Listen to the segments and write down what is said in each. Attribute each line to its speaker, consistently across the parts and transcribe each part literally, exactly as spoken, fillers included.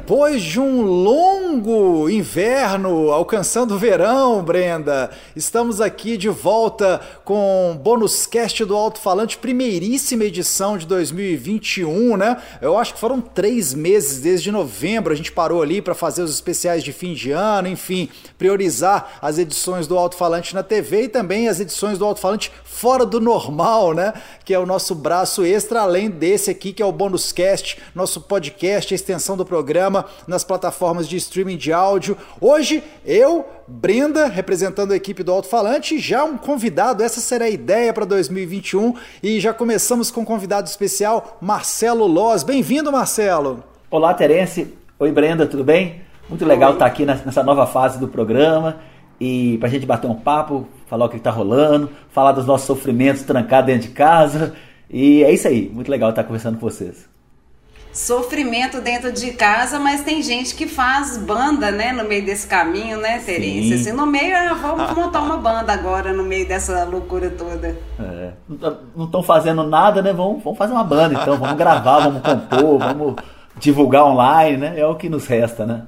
Speaker 1: Depois de um longo inverno, alcançando o verão, Brenda, estamos aqui de volta com o Bônus Cast do Alto-Falante, primeiríssima edição de dois mil e vinte e um, né? Eu acho que foram três meses, desde novembro, a gente parou ali para fazer os especiais de fim de ano, enfim, priorizar as edições do Alto-Falante na T V e também as edições do Alto-Falante fora do normal, né? Que é o nosso braço extra, além desse aqui que é o Bônus Cast, nosso podcast, a extensão do programa nas plataformas de streaming de áudio. Hoje, eu, Brenda, representando a equipe do Alto-Falante, já um convidado, essa será a ideia para dois mil e vinte e um, e já começamos com um convidado especial, Marcelo Loz. Bem-vindo, Marcelo!
Speaker 2: Olá, Terence. Oi, Brenda, tudo bem? Muito legal estar aqui nessa nova fase do programa e pra gente bater um papo, falar o que está rolando, falar dos nossos sofrimentos trancados dentro de casa, e é isso aí, muito legal estar conversando com vocês.
Speaker 3: Sofrimento dentro de casa, mas tem gente que faz banda, né, no meio desse caminho, né, Terence? Assim, no meio, ah, vamos montar uma banda agora, no meio dessa loucura toda.
Speaker 2: É, não estão fazendo nada, né? Vamos, vamos fazer uma banda, então. Vamos gravar, vamos compor, vamos divulgar online, né? É o que nos resta, né?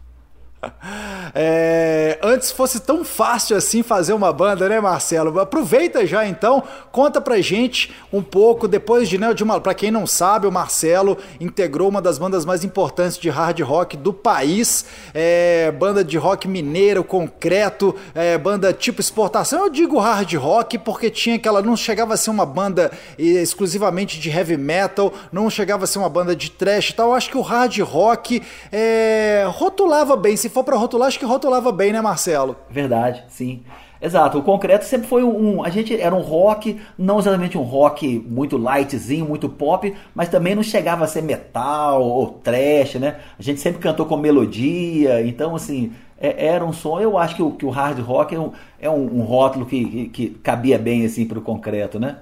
Speaker 1: É, antes fosse tão fácil assim fazer uma banda, né, Marcelo? Aproveita já então, conta pra gente um pouco, depois de, né, de uma, pra quem não sabe, o Marcelo integrou uma das bandas mais importantes de hard rock do país, é, banda de rock mineiro, concreto, é, banda tipo exportação. Eu digo hard rock porque tinha aquela, não chegava a ser uma banda exclusivamente de heavy metal, não chegava a ser uma banda de thrash e tal. Eu acho que o hard rock é, rotulava bem, se for pra rotular, acho que rotulava bem, né, Marcelo?
Speaker 2: Verdade, sim. Exato, o Concreto sempre foi um... A gente era um rock, não exatamente um rock muito lightzinho, muito pop, mas também não chegava a ser metal ou trash, né? A gente sempre cantou com melodia, então, assim, é, era um som... Eu acho que o, que o hard rock é um, é um, um rótulo que, que, que cabia bem, assim, pro Concreto, né?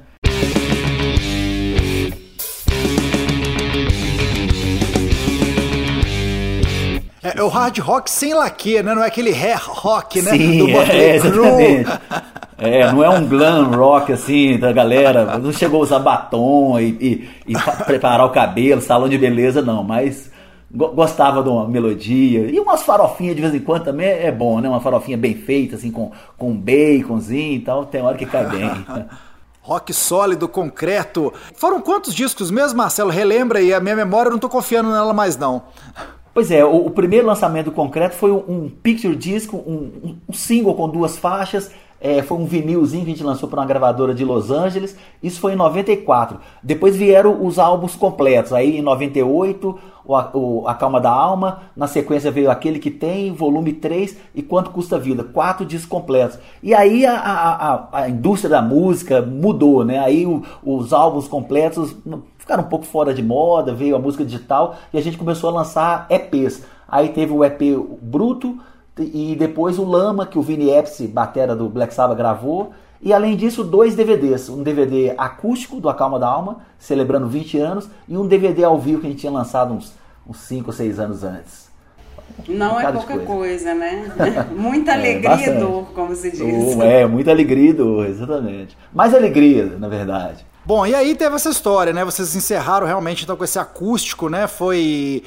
Speaker 1: É, é o hard rock sem laque, né? Não é aquele hair rock, né?
Speaker 2: Sim,
Speaker 1: do
Speaker 2: é, exatamente. É, não é um glam rock assim da galera, não chegou a usar batom e, e, e preparar o cabelo, salão de beleza, não, mas go- gostava de uma melodia e umas farofinhas de vez em quando também é bom, né? Uma farofinha bem feita, assim, com, com um baconzinho e tal, tem hora que cai bem.
Speaker 1: Rock sólido, concreto. Foram quantos discos mesmo, Marcelo? Relembra aí, a minha memória eu não tô confiando nela mais não.
Speaker 2: Pois é, o, o primeiro lançamento do Concreto foi um, um picture disc, um, um, um single com duas faixas, é, foi um vinilzinho que a gente lançou para uma gravadora de Los Angeles, isso foi em noventa e quatro. Depois vieram os álbuns completos, aí em noventa e oito, o, o, A Calma da Alma, na sequência veio Aquele que Tem, volume três e Quanto Custa a Vida, quatro discos completos. E aí a, a, a, a indústria da música mudou, né? Aí o, os álbuns completos ficaram um pouco fora de moda, veio a música digital e a gente começou a lançar E Pês. Aí teve o E P Bruto e depois o Lama, que o Vini Epsi, batera do Black Sabbath, gravou. E além disso, dois D V Ds. Um D V D acústico do A Calma da Alma, celebrando vinte anos, e um D V D ao vivo que a gente tinha lançado uns, uns cinco ou seis anos antes.
Speaker 3: Não
Speaker 2: um
Speaker 3: é pouca coisa. coisa, né? Muita alegria
Speaker 2: é,
Speaker 3: e dor, como se diz.
Speaker 2: Oh, é, muita alegria e dor, exatamente. Mais alegria, na verdade.
Speaker 1: Bom, e aí teve essa história, né? Vocês encerraram realmente então com esse acústico, né? Foi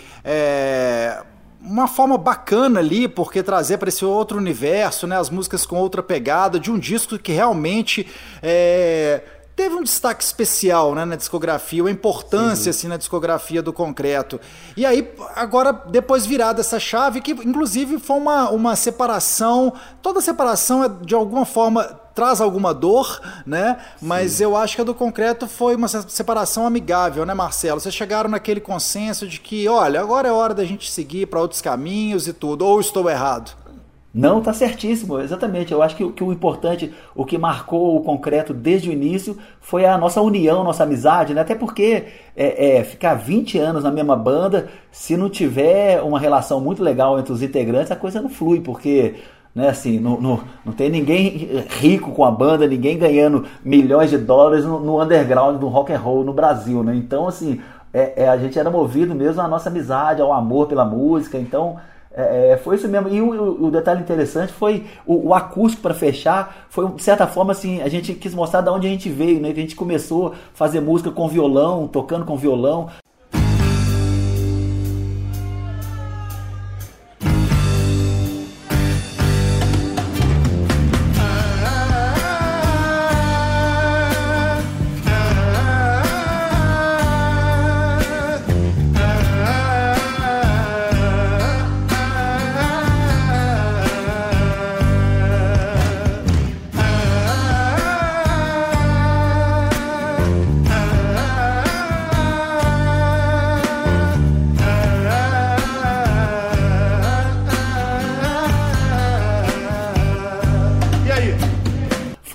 Speaker 1: é, uma forma bacana ali, porque trazer para esse outro universo, né? As músicas com outra pegada, de um disco que realmente é, teve um destaque especial, né, na discografia, uma importância assim, na discografia do Concreto. E aí, agora, depois virada essa chave, que inclusive foi uma, uma separação, toda separação é de alguma forma traz alguma dor, né? Mas Sim. eu acho que a do Concreto foi uma separação amigável, né, Marcelo? Vocês chegaram naquele consenso de que, olha, agora é hora da gente seguir para outros caminhos e tudo, ou estou errado?
Speaker 2: Não, tá certíssimo, exatamente. Eu acho que, que o importante, o que marcou o Concreto desde o início foi a nossa união, nossa amizade, né? Até porque é, é, ficar vinte anos na mesma banda, se não tiver uma relação muito legal entre os integrantes, a coisa não flui, porque... Né, assim, não, não, não tem ninguém rico com a banda, ninguém ganhando milhões de dólares no, no underground do rock and roll no Brasil, né? Então, assim, é, é, a gente era movido mesmo à nossa amizade, ao amor pela música, então é, é, foi isso mesmo. E o, o, o detalhe interessante foi o, o acústico para fechar, foi, de certa forma, assim, a gente quis mostrar de onde a gente veio, né? Que a gente começou a fazer música com violão, tocando com violão.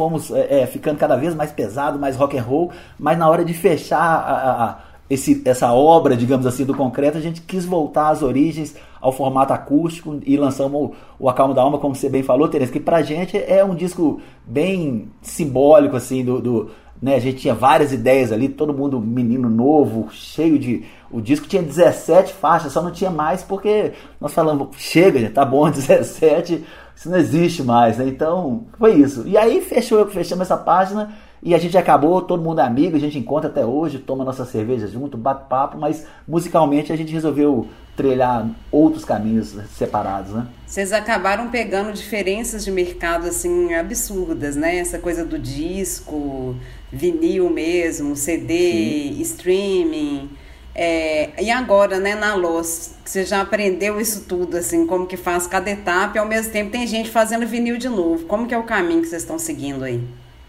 Speaker 2: fomos é, ficando cada vez mais pesado, mais rock and roll, mas na hora de fechar a, a, a, esse, essa obra, digamos assim, do Concreto, a gente quis voltar às origens, ao formato acústico, e lançamos o, o Acalmo da Alma, como você bem falou, Terence, que pra gente é um disco bem simbólico, assim, do... do né, a gente tinha várias ideias ali, todo mundo menino novo, cheio de... O disco tinha dezessete faixas, só não tinha mais porque nós falamos, chega, tá bom, dezessete, isso não existe mais, né? Então, foi isso. E aí fechou, fechamos essa página e a gente acabou, todo mundo é amigo, a gente encontra até hoje, toma nossa cerveja junto, bate papo, mas musicalmente a gente resolveu trilhar outros caminhos separados, né?
Speaker 3: Vocês acabaram pegando diferenças de mercado, assim, absurdas, né? Essa coisa do disco, vinil mesmo, C D, sim, streaming... É, e agora, né, na Loz, que você já aprendeu isso tudo, assim, como que faz cada etapa, e ao mesmo tempo tem gente fazendo vinil de novo. Como que é o caminho que vocês estão seguindo aí?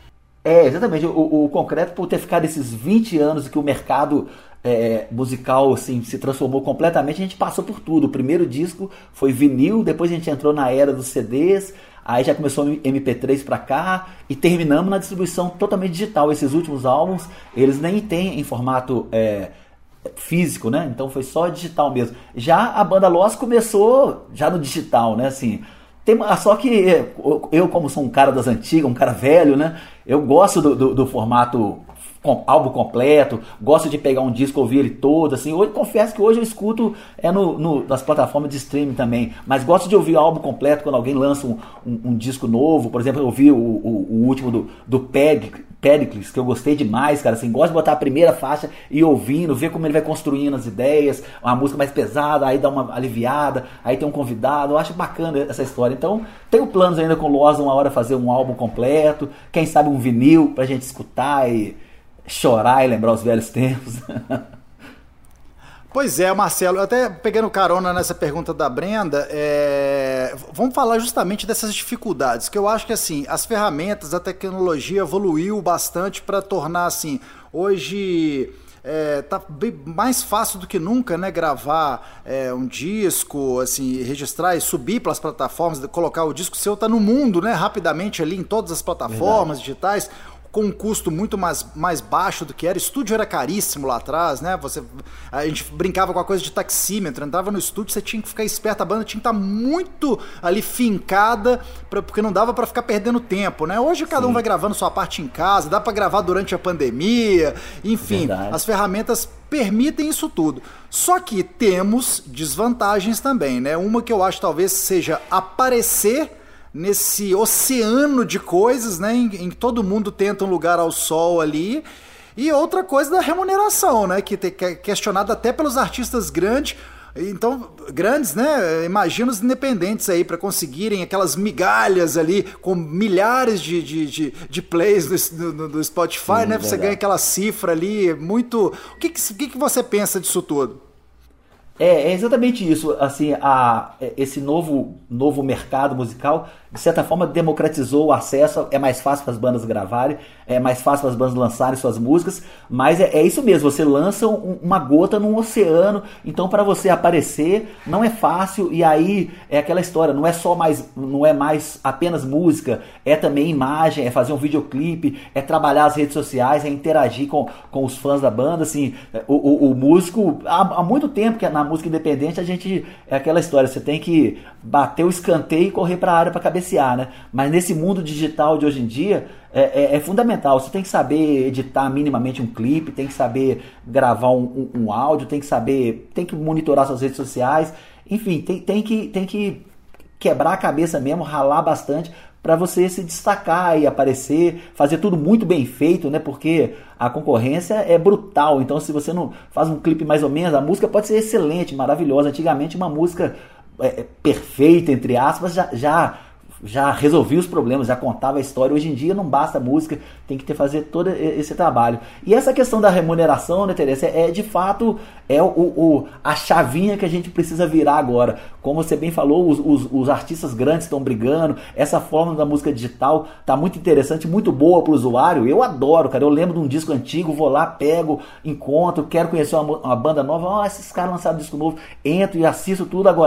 Speaker 2: É, exatamente. O, o Concreto, por ter ficado esses vinte anos que o mercado é, musical assim, se transformou completamente, a gente passou por tudo. O primeiro disco foi vinil, depois a gente entrou na era dos C Ds, aí já começou M P três pra cá, e terminamos na distribuição totalmente digital. Esses últimos álbuns, eles nem têm em formato... É, físico, né? Então foi só digital mesmo. Já a banda Loz começou já no digital, né? Assim, tem, só que eu, como sou um cara das antigas, um cara velho, né? Eu gosto do, do, do formato com, álbum completo, gosto de pegar um disco, ouvir ele todo, assim. Hoje, confesso que hoje eu escuto é no, no, nas plataformas de streaming também, mas gosto de ouvir o álbum completo quando alguém lança um, um, um disco novo. Por exemplo, eu ouvi o, o, o último do, do Peg, Pericles, que eu gostei demais, cara, assim, gosto de botar a primeira faixa e ouvindo, ver como ele vai construindo as ideias, uma música mais pesada, aí dá uma aliviada, aí tem um convidado, eu acho bacana essa história. Então, tenho planos ainda com o Loz uma hora fazer um álbum completo, quem sabe um vinil pra gente escutar e chorar e lembrar os velhos tempos.
Speaker 1: Pois é, Marcelo, até pegando carona nessa pergunta da Brenda, é... vamos falar justamente dessas dificuldades, que eu acho que assim, as ferramentas, a tecnologia evoluiu bastante para tornar assim, hoje é, tá bem mais fácil do que nunca, né, gravar é, um disco, assim, registrar e subir para as plataformas, colocar o disco seu, tá no mundo, né, rapidamente ali em todas as plataformas Verdade. digitais, com um custo muito mais, mais baixo do que era. Estúdio era caríssimo lá atrás, né? Você, a gente brincava com a coisa de taxímetro, entrava no estúdio, você tinha que ficar esperto, a banda tinha que estar muito ali fincada, pra, porque não dava para ficar perdendo tempo, né? Hoje cada Sim. um vai gravando sua parte em casa, dá para gravar durante a pandemia, enfim, Verdade. as ferramentas permitem isso tudo. Só que temos desvantagens também, né? Uma que eu acho talvez seja aparecer nesse oceano de coisas, né, em, em que todo mundo tenta um lugar ao sol ali, e outra coisa da remuneração, né, que, te, que é questionada até pelos artistas grandes, então, grandes, né, imagina os independentes aí para conseguirem aquelas migalhas ali, com milhares de, de, de, de plays do, do, do Spotify, Sim, né, você ganha aquela cifra ali, muito... O que, que, que você pensa disso tudo?
Speaker 2: É, é exatamente isso, assim, a, esse novo, novo mercado musical, de certa forma, democratizou o acesso, é mais fácil para as bandas gravarem, é mais fácil para as bandas lançarem suas músicas, mas é, é isso mesmo, você lança um, uma gota num oceano, então para você aparecer não é fácil, e aí é aquela história, não é só mais, não é mais apenas música, é também imagem, é fazer um videoclipe, é trabalhar as redes sociais, é interagir com, com os fãs da banda, assim, o, o, o músico, há, há muito tempo que na música independente a gente, é aquela história, você tem que bater o escanteio e correr para a área para cabecear, né? Mas nesse mundo digital de hoje em dia é, é, é fundamental, você tem que saber editar minimamente um clipe, tem que saber gravar um, um, um áudio, tem que saber, tem que monitorar suas redes sociais, enfim, tem, tem, que, tem que quebrar a cabeça mesmo, ralar bastante para você se destacar e aparecer, fazer tudo muito bem feito, né? Porque a concorrência é brutal, então se você não faz um clipe mais ou menos, a música pode ser excelente, maravilhosa. Antigamente uma música é, perfeita, entre aspas, já, já, já resolvia os problemas, já contava a história. Hoje em dia não basta a música, tem que ter, fazer todo esse trabalho. E essa questão da remuneração, né, Teresa, é, é de fato é o, o, a chavinha que a gente precisa virar agora. Como você bem falou, os, os, os artistas grandes estão brigando, essa forma da música digital tá muito interessante, muito boa para o usuário. Eu adoro, cara, eu lembro de um disco antigo, vou lá, pego, encontro, quero conhecer uma, uma banda nova, oh, esses caras lançaram um disco novo, entro e assisto tudo. Agora,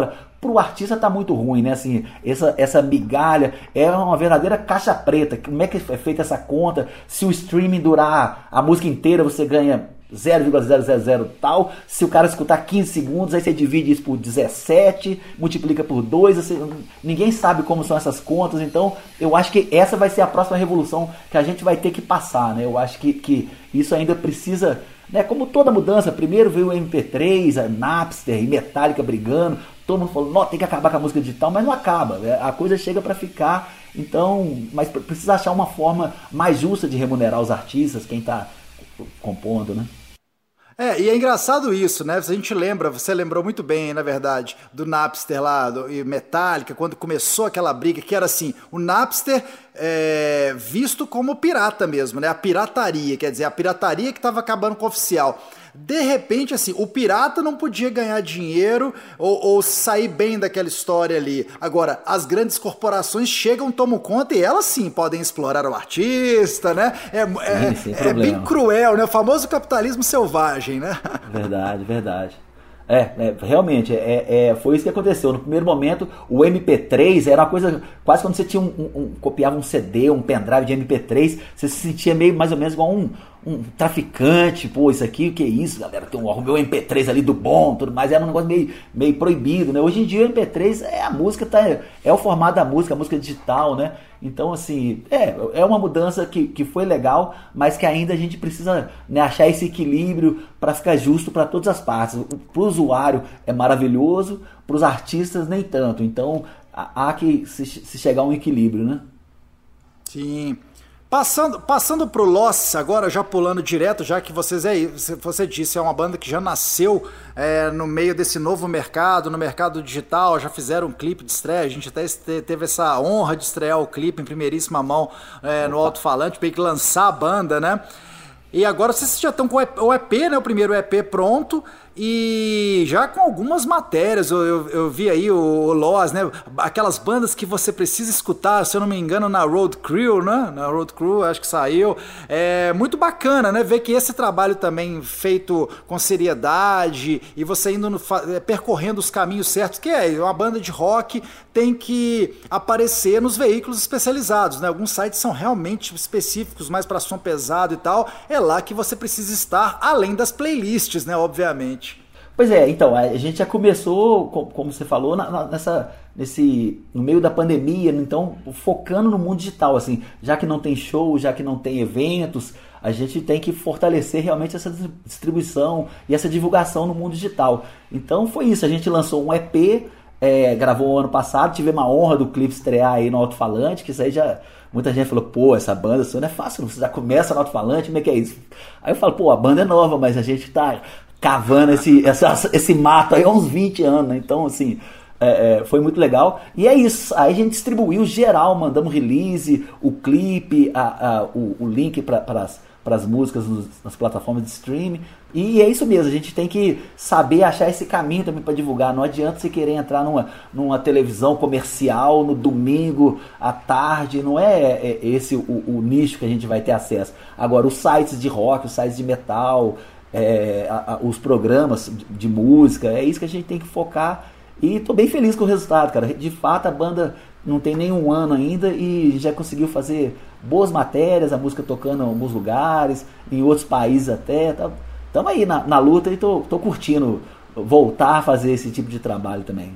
Speaker 2: pro artista tá muito ruim, né? Assim, essa, essa migalha é uma verdadeira caixa preta. Como é que é feita essa conta? Se o streaming durar a música inteira, você ganha zero vírgula zero zero zero tal. Se o cara escutar quinze segundos, aí você divide isso por dezessete, multiplica por dois. Você, ninguém sabe como são essas contas. Então, eu acho que essa vai ser a próxima revolução que a gente vai ter que passar, né? Eu acho que, que isso ainda precisa, né? Como toda mudança, primeiro veio o M P três, a Napster e Metallica brigando. Todo mundo falou, não, tem que acabar com a música digital, mas não acaba. A coisa chega para ficar. Então, mas precisa achar uma forma mais justa de remunerar os artistas, quem está compondo, né?
Speaker 1: É, e é engraçado isso, né? A gente lembra, você lembrou muito bem, na verdade, do Napster lá, do, e Metallica, quando começou aquela briga, que era assim, o Napster é, visto como pirata mesmo, né? A pirataria, quer dizer, a pirataria que estava acabando com o oficial. De repente, assim, o pirata não podia ganhar dinheiro ou, ou sair bem daquela história ali. Agora, as grandes corporações chegam, tomam conta e elas sim podem explorar o artista, né? É,
Speaker 2: sim,
Speaker 1: é, é bem cruel, né? O famoso capitalismo selvagem, né?
Speaker 2: Verdade, verdade. É, é realmente, é, é, foi isso que aconteceu. No primeiro momento, o M P três era uma coisa, quase quando você tinha um, um, um, copiava um C D, um pendrive de M P três, você se sentia meio mais ou menos igual um, um traficante. Pô, isso aqui, o que é isso, galera? Tem um, o meu M P três ali do bom, tudo mais, era um negócio meio, meio proibido, né? Hoje em dia o M P três é a música, tá, é o formato da música, a música digital, né? Então, assim, é, é uma mudança que, que foi legal, mas que ainda a gente precisa, né, achar esse equilíbrio para ficar justo para todas as partes. Para o usuário é maravilhoso, para os artistas nem tanto. Então, há que se, se chegar a um equilíbrio, né?
Speaker 1: Sim. Passando, passando pro Loss, agora já pulando direto, já que vocês é, você disse, é uma banda que já nasceu é, no meio desse novo mercado, no mercado digital, já fizeram um clipe de estreia, a gente até teve essa honra de estrear o clipe em primeiríssima mão é, no alto-falante, para lançar a banda, né? E agora vocês já estão com o E P, né? O primeiro E P pronto e já com algumas matérias. Eu, eu, eu vi aí o, o Loss, né? Aquelas bandas que você precisa escutar, se eu não me engano, na Road Crew, né? Na Road Crew, acho que saiu. É muito bacana, né? Ver que esse trabalho também feito com seriedade e você indo no, percorrendo os caminhos certos, que é uma banda de rock tem que aparecer nos veículos especializados, né? Alguns sites são realmente específicos, mais para som pesado e tal. É lá que você precisa estar, além das playlists, né? Obviamente.
Speaker 2: Pois é, então, a gente já começou, como você falou, na, nessa, nesse, no meio da pandemia, então, focando no mundo digital, assim, já que não tem show, já que não tem eventos, a gente tem que fortalecer realmente essa distribuição e essa divulgação no mundo digital. Então foi isso, a gente lançou um E P, é, gravou ano passado, tivemos a honra do clipe estrear aí no alto-falante, que isso aí já... Muita gente falou, pô, essa banda isso não é fácil, você já começa no alto-falante, como é que é isso? Aí eu falo, pô, a banda é nova, mas a gente tá cavando esse, essa, esse mato aí há uns vinte anos, né? Então, assim, é, é, foi muito legal. E é isso, aí a gente distribuiu geral, mandamos release, o clipe, a, a, o, o link para as músicas nos, nas plataformas de streaming. E é isso mesmo, a gente tem que saber achar esse caminho também para divulgar. Não adianta você querer entrar numa, numa televisão comercial no domingo à tarde, não é, é esse o, o nicho que a gente vai ter acesso. Agora, os sites de rock, os sites de metal, é, a, a, os programas de, de música, é isso que a gente tem que focar. E tô bem feliz com o resultado, cara. De fato, a banda não tem nem um ano ainda e já conseguiu fazer boas matérias, a música tocando em alguns lugares, em outros países até, tá. Estamos aí na, na luta e tô, tô curtindo voltar a fazer esse tipo de trabalho também.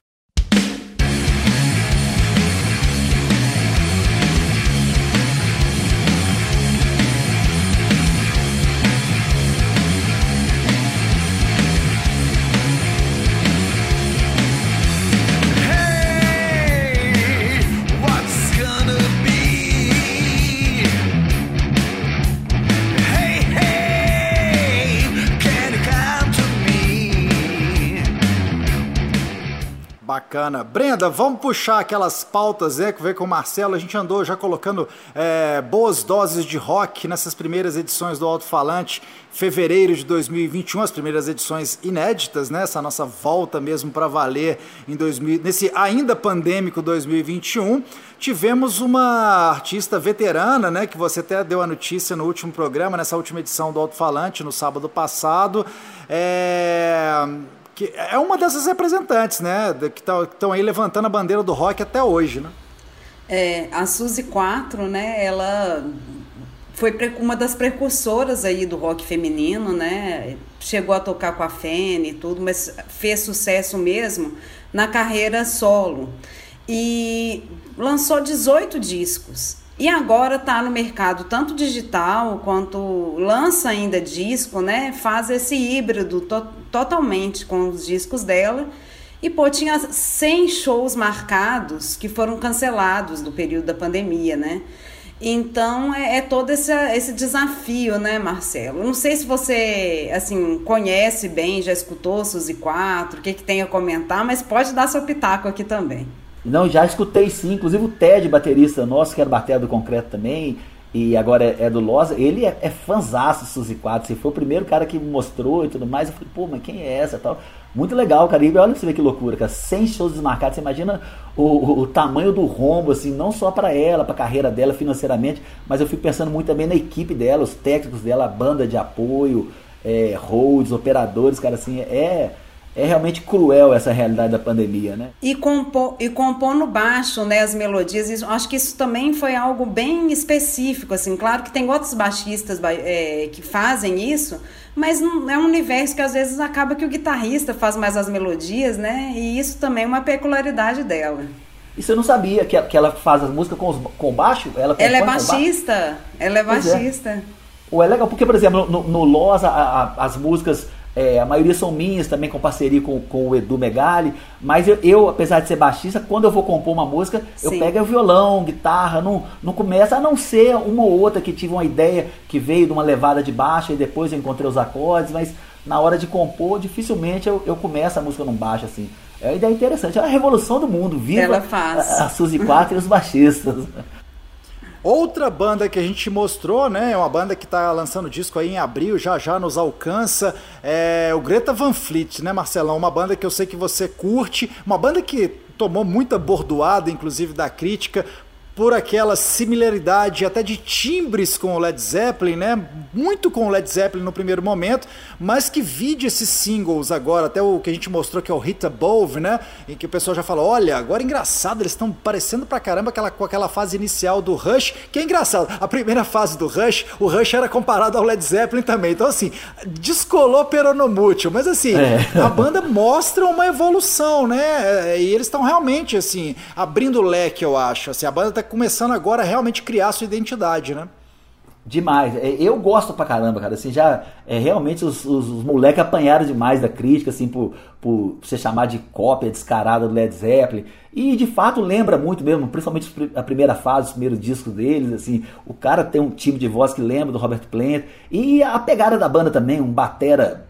Speaker 1: Bacana. Brenda, vamos puxar aquelas pautas, né, que veio com o Marcelo, a gente andou já colocando é, boas doses de rock nessas primeiras edições do Alto-Falante, fevereiro de dois mil e vinte e um, as primeiras edições inéditas, né, essa nossa volta mesmo para valer em dois mil, nesse ainda pandêmico dois mil e vinte e um, tivemos uma artista veterana, né, que você até deu a notícia no último programa, nessa última edição do Alto-Falante, no sábado passado, é... que é uma dessas representantes, né? Que estão aí levantando a bandeira do rock até hoje, né?
Speaker 3: É, a Suzy quatro, né? Ela foi uma das precursoras aí do rock feminino, né? Chegou a tocar com a Fene e tudo, mas fez sucesso mesmo na carreira solo. E lançou dezoito discos. E agora está no mercado tanto digital quanto lança ainda disco, né? Faz esse híbrido to- totalmente com os discos dela. E, pô, tinha cem shows marcados que foram cancelados no período da pandemia, né? Então, é, é todo esse, esse desafio, né, Marcelo? Eu não sei se você, assim, conhece bem, já escutou Suzy quatro, o que, que tem a comentar, mas pode dar seu pitaco aqui também.
Speaker 2: Não, já escutei sim, inclusive o Ted, baterista nosso, que era batera do Concreto também, e agora é, é do Loza, ele é, é fãzaço do Suzy quatro, assim, foi o primeiro cara que me mostrou e tudo mais, eu falei, pô, mas quem é essa tal? Muito legal, cara, e olha pra você ver que loucura, cara, cem shows desmarcados, você imagina o, o, o tamanho do rombo, assim, não só pra ela, pra carreira dela financeiramente, mas eu fico pensando muito também na equipe dela, os técnicos dela, a banda de apoio, é, holds, operadores, cara, assim, é... É realmente cruel essa realidade da pandemia, né?
Speaker 3: E compor, e compor no baixo, né, as melodias, isso, acho que isso também foi algo bem específico, assim, claro que tem outros baixistas é, que fazem isso, mas não, é um universo que às vezes acaba que o guitarrista faz mais as melodias, né, e isso também é uma peculiaridade dela.
Speaker 2: Isso eu não sabia, que, que ela faz as músicas com, os, com baixo? Ela,
Speaker 3: ela é baixista, ela é baixista.
Speaker 2: É. Ou é legal, porque, por exemplo, no, no Loza, a, a, as músicas... É, a maioria são minhas, também com parceria com, com o Edu Megali, mas eu, eu, apesar de ser baixista, quando eu vou compor uma música, eu Sim. pego o violão, guitarra, não, não começa, a não ser uma ou outra que tive uma ideia que veio de uma levada de baixo e depois eu encontrei os acordes, mas na hora de compor, dificilmente eu, eu começo a música num baixo, assim. É uma ideia interessante, é a revolução do mundo, viva
Speaker 3: Ela faz.
Speaker 2: a, a Suzy quatro e os baixistas.
Speaker 1: Outra banda que a gente mostrou, né, é uma banda que está lançando disco aí em abril, já já nos alcança, é o Greta Van Fleet, né, Marcelão? Uma banda que eu sei que você curte, uma banda que tomou muita bordoada, inclusive da crítica, por aquela similaridade até de timbres com o Led Zeppelin, né? Muito com o Led Zeppelin no primeiro momento, mas que vide esses singles agora, até o que a gente mostrou que é o Hit Above, né? Em que o pessoal já falou, olha, agora é engraçado, eles estão parecendo pra caramba aquela, com aquela fase inicial do Rush, que é engraçado, a primeira fase do Rush, o Rush era comparado ao Led Zeppelin também, então assim, descolou peronomútil, mas assim, é. a banda mostra uma evolução, né? E eles estão realmente, assim, abrindo o leque, eu acho, assim, a banda tá começando agora a realmente criar sua identidade, né?
Speaker 2: Demais. Eu gosto pra caramba, cara. Assim, já é, realmente os, os, os moleques apanharam demais da crítica, assim, por, por você chamar de cópia descarada do Led Zeppelin. E de fato lembra muito mesmo, principalmente a primeira fase, os primeiros discos deles, assim. O cara tem um timbre de voz que lembra do Robert Plant. E a pegada da banda também, um batera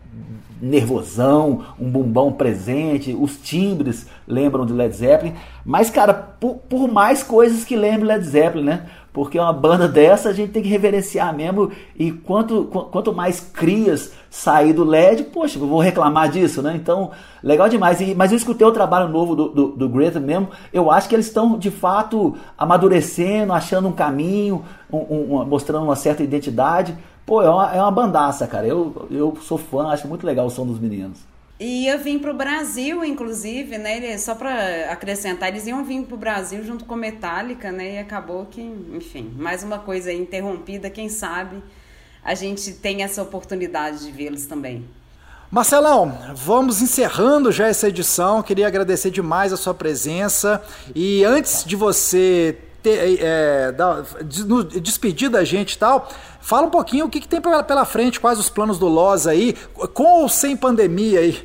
Speaker 2: nervosão, um bumbão presente, os timbres lembram de Led Zeppelin, mas cara, por, por mais coisas que lembrem Led Zeppelin, né? Porque uma banda dessa a gente tem que reverenciar mesmo, e quanto, quanto mais crias sair do L E D, poxa, eu vou reclamar disso, né? Então, legal demais. E, mas eu escutei o trabalho novo do, do, do Greta mesmo, eu acho que eles estão de fato amadurecendo, achando um caminho, um, um, mostrando uma certa identidade. Pô, é uma, é uma bandaça, cara. Eu, eu sou fã, acho muito legal o som dos meninos.
Speaker 3: E ia vir pro Brasil, inclusive, né? Só para acrescentar, eles iam vir pro Brasil junto com Metallica, né? E acabou que, enfim, mais uma coisa aí interrompida. Quem sabe a gente tem essa oportunidade de vê-los também.
Speaker 1: Marcelão, vamos encerrando já essa edição. Queria agradecer demais a sua presença. E antes de você ter, é, dar, despedir da gente e tal, fala um pouquinho o que, que tem pela frente, quais os planos do Loza aí, com ou sem pandemia aí.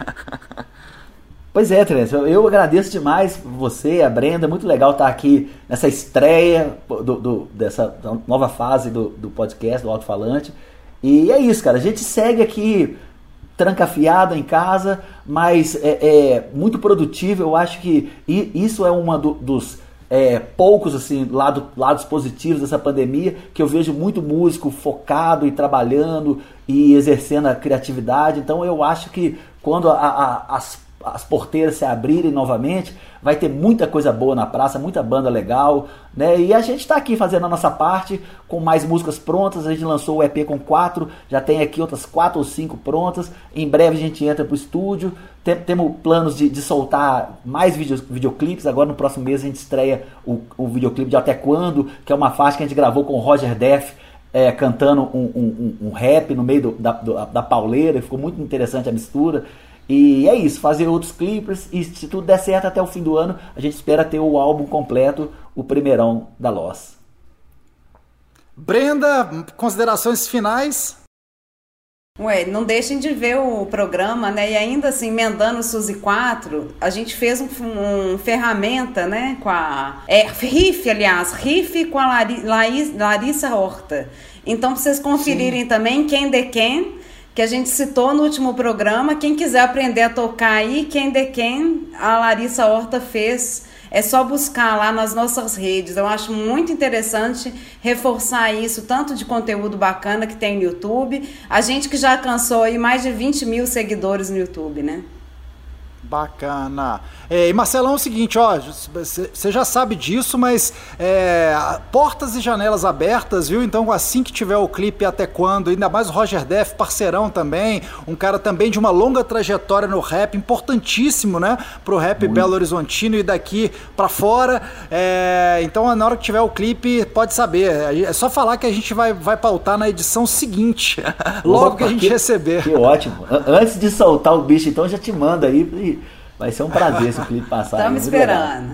Speaker 2: Pois é, Terence, eu agradeço demais você, a Brenda, muito legal estar aqui nessa estreia do, do, dessa nova fase do, do podcast, do Alto Falante. E é isso, cara, a gente segue aqui trancafiado em casa, mas é, é muito produtivo. Eu acho que isso é uma do, dos É, poucos assim, lado, lados positivos dessa pandemia, que eu vejo muito músico focado e trabalhando e exercendo a criatividade. Então eu acho que quando a, a, as as porteiras se abrirem novamente, vai ter muita coisa boa na praça, muita banda legal, né? E a gente está aqui fazendo a nossa parte, com mais músicas prontas. A gente lançou o E P com quatro, já tem aqui outras quatro ou cinco prontas. Em breve a gente entra pro estúdio, tem, temos planos de, de soltar mais video, videoclipes. Agora no próximo mês a gente estreia o, o videoclipe de Até Quando, que é uma faixa que a gente gravou com o Roger Def, é, cantando um, um, um, um rap no meio do, da, do, da pauleira. Ficou muito interessante a mistura. E é isso, fazer outros clipes, e se tudo der certo até o fim do ano, a gente espera ter o álbum completo, o primeirão da Loss.
Speaker 1: Brenda, considerações finais?
Speaker 3: Ué, não deixem de ver o programa, né? E ainda assim, emendando o Suzy quatro, a gente fez um, um ferramenta, né? Com a... É, riff, aliás, riff com a Lari, Laís, Larissa Horta. Então, pra vocês conferirem Sim. também, Quem de Quem, que a gente citou no último programa. Quem quiser aprender a tocar aí, Quem de Quem, a Larissa Horta fez. É só buscar lá nas nossas redes. Eu acho muito interessante reforçar isso, tanto de conteúdo bacana que tem no YouTube. A gente que já alcançou aí mais de vinte mil seguidores no YouTube, né?
Speaker 1: Bacana. É, e Marcelão, é o seguinte, ó, você já sabe disso, mas é, portas e janelas abertas, viu? Então, assim que tiver o clipe Até Quando, ainda mais o Roger Def, parceirão também, um cara também de uma longa trajetória no rap, importantíssimo, né, pro rap Muito. Belo Horizontino e daqui pra fora. É, então, na hora que tiver o clipe, pode saber. É só falar que a gente vai, vai pautar na edição seguinte, logo Opa, que a gente
Speaker 2: que,
Speaker 1: receber.
Speaker 2: Que ótimo. Antes de soltar o bicho, então, já te manda aí. Vai ser um prazer esse clipe passar.
Speaker 3: Estamos esperando.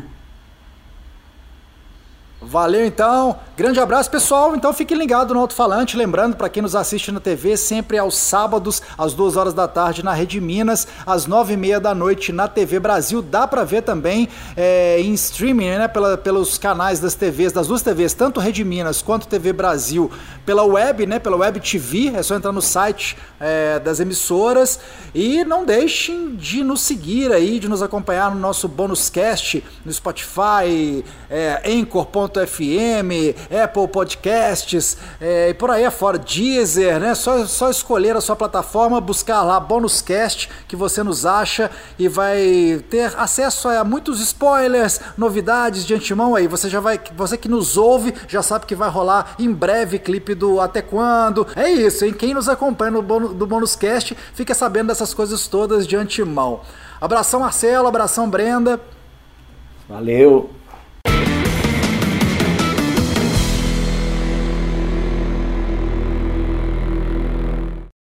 Speaker 1: Valeu, então. Grande abraço, pessoal. Então fiquem ligados no Alto-Falante. Lembrando, para quem nos assiste na T V, sempre aos sábados, às duas horas da tarde, na Rede Minas, às nove e meia da noite na T V Brasil. Dá para ver também é, em streaming, né, pela, pelos canais das T Vs, das duas T Vs, tanto Rede Minas quanto T V Brasil, pela web, né, pela Web T V. É só entrar no site é, das emissoras. E não deixem de nos seguir aí, de nos acompanhar no nosso Bônus Cast, no Spotify, é, Anchor ponto F M, Apple Podcasts, é, e por aí afora, Deezer, né? Só, só escolher a sua plataforma, buscar lá Bônus Cast, que você nos acha e vai ter acesso a muitos spoilers, novidades de antemão aí. Você já vai, você que nos ouve, já sabe que vai rolar em breve clipe do Até Quando. É isso, hein? Quem nos acompanha no bônus, do Bônus Cast fica sabendo dessas coisas todas de antemão. Abração, Marcelo, abração, Brenda.
Speaker 2: Valeu.